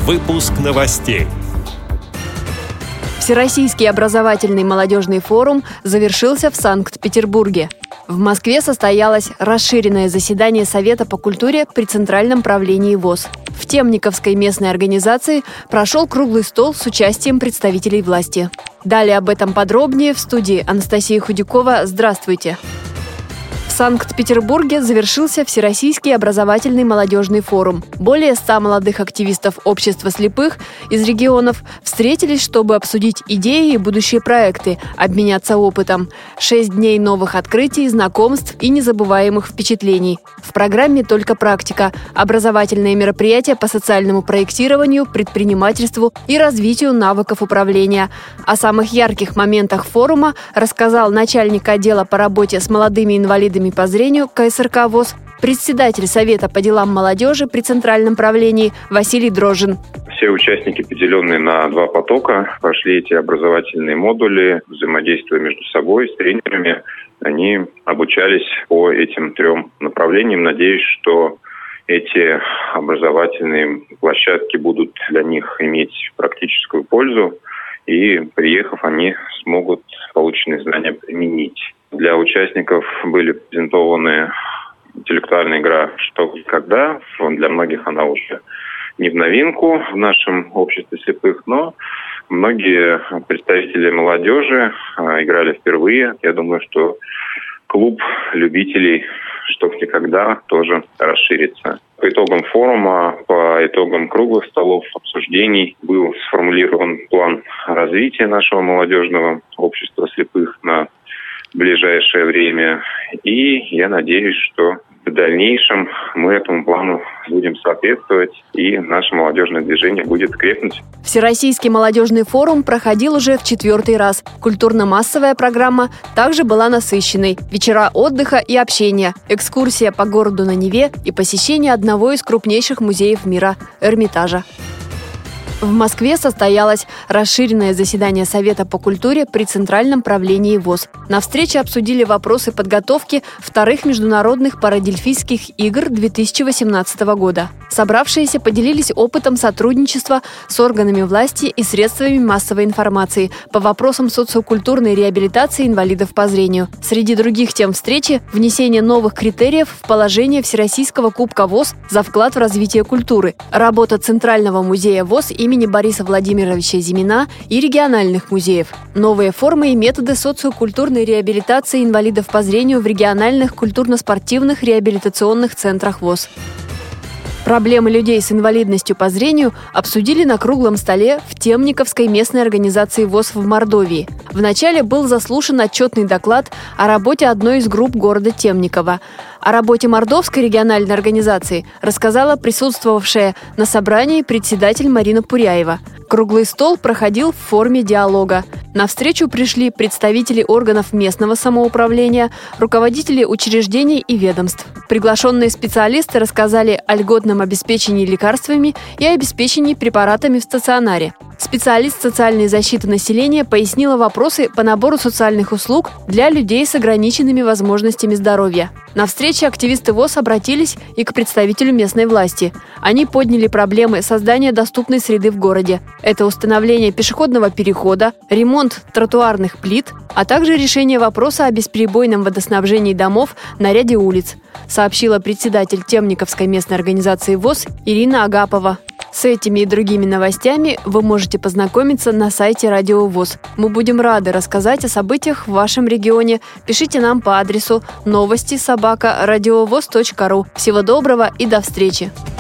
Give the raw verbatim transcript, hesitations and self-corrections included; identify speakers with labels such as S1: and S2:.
S1: Выпуск новостей.
S2: Всероссийский образовательный молодежный форум завершился в Санкт-Петербурге. В Москве состоялось расширенное заседание Совета по культуре при Центральном правлении ВОС. В Темниковской местной организации прошел круглый стол с участием представителей власти. Далее об этом подробнее в студии Анастасия Худякова. Здравствуйте! В Санкт-Петербурге завершился Всероссийский образовательный молодежный форум. Более ста молодых активистов общества слепых из регионов встретились, чтобы обсудить идеи и будущие проекты, обменяться опытом. Шесть дней новых открытий, знакомств и незабываемых впечатлений. В программе только практика, образовательные мероприятия по социальному проектированию, предпринимательству и развитию навыков управления. О самых ярких моментах форума рассказал начальник отдела по работе с молодыми инвалидами по зрению ка эс эр ка ВОС, председатель Совета по делам молодежи при Центральном правлении Василий Дрожжин.
S3: Все участники, поделенные на два потока, прошли эти образовательные модули, взаимодействуя между собой с тренерами. Они обучались по этим трем направлениям. Надеюсь, что эти образовательные площадки будут для них иметь практическую пользу, и, приехав, они смогут полученные знания применить. Для участников были презентованы интеллектуальная игра «Что и когда». Для многих она уже не в новинку в нашем обществе слепых, но многие представители молодежи играли впервые. Я думаю, что клуб любителей «Что и когда» тоже расширится. По итогам форума, по итогам круглых столов, обсуждений был сформулирован план развития нашего молодежного общества слепых на ближайшее время. И я надеюсь, что в дальнейшем мы этому плану будем соответствовать, и наше молодежное движение будет крепнуть.
S2: Всероссийский молодежный форум проходил уже в четвертый раз. Культурно-массовая программа также была насыщенной. Вечера отдыха и общения, экскурсия по городу на Неве и посещение одного из крупнейших музеев мира – Эрмитажа. В Москве состоялось расширенное заседание Совета по культуре при Центральном правлении ВОС. На встрече обсудили вопросы подготовки вторых международных парадельфийских игр две тысячи восемнадцатого года. Собравшиеся поделились опытом сотрудничества с органами власти и средствами массовой информации по вопросам социокультурной реабилитации инвалидов по зрению. Среди других тем встречи – внесение новых критериев в положение Всероссийского кубка ВОС за вклад в развитие культуры, работа Центрального музея ВОС имени имени Бориса Владимировича Зимина и региональных музеев. Новые формы и методы социокультурной реабилитации инвалидов по зрению в региональных культурно-спортивных реабилитационных центрах ВОС. Проблемы людей с инвалидностью по зрению обсудили на круглом столе в Темниковской местной организации ВОС в Мордовии. Вначале был заслушан отчетный доклад о работе одной из групп города Темникова. О работе Мордовской региональной организации рассказала присутствовавшая на собрании председатель Марина Пуряева. Круглый стол проходил в форме диалога. На встречу пришли представители органов местного самоуправления, руководители учреждений и ведомств. Приглашенные специалисты рассказали о льготном обеспечении лекарствами и обеспечении препаратами в стационаре. Специалист социальной защиты населения пояснила вопросы по набору социальных услуг для людей с ограниченными возможностями здоровья. На встрече активисты ВОС обратились и к представителю местной власти. Они подняли проблемы создания доступной среды в городе. Это установление пешеходного перехода, ремонт тротуарных плит, а также решение вопроса о бесперебойном водоснабжении домов на ряде улиц, сообщила председатель Темниковской местной организации ВОС Ирина Агапова. С этими и другими новостями вы можете познакомиться на сайте Радио ВОС. Мы будем рады рассказать о событиях в вашем регионе. Пишите нам по адресу новости собака радиовос точка ру. Всего доброго и до встречи!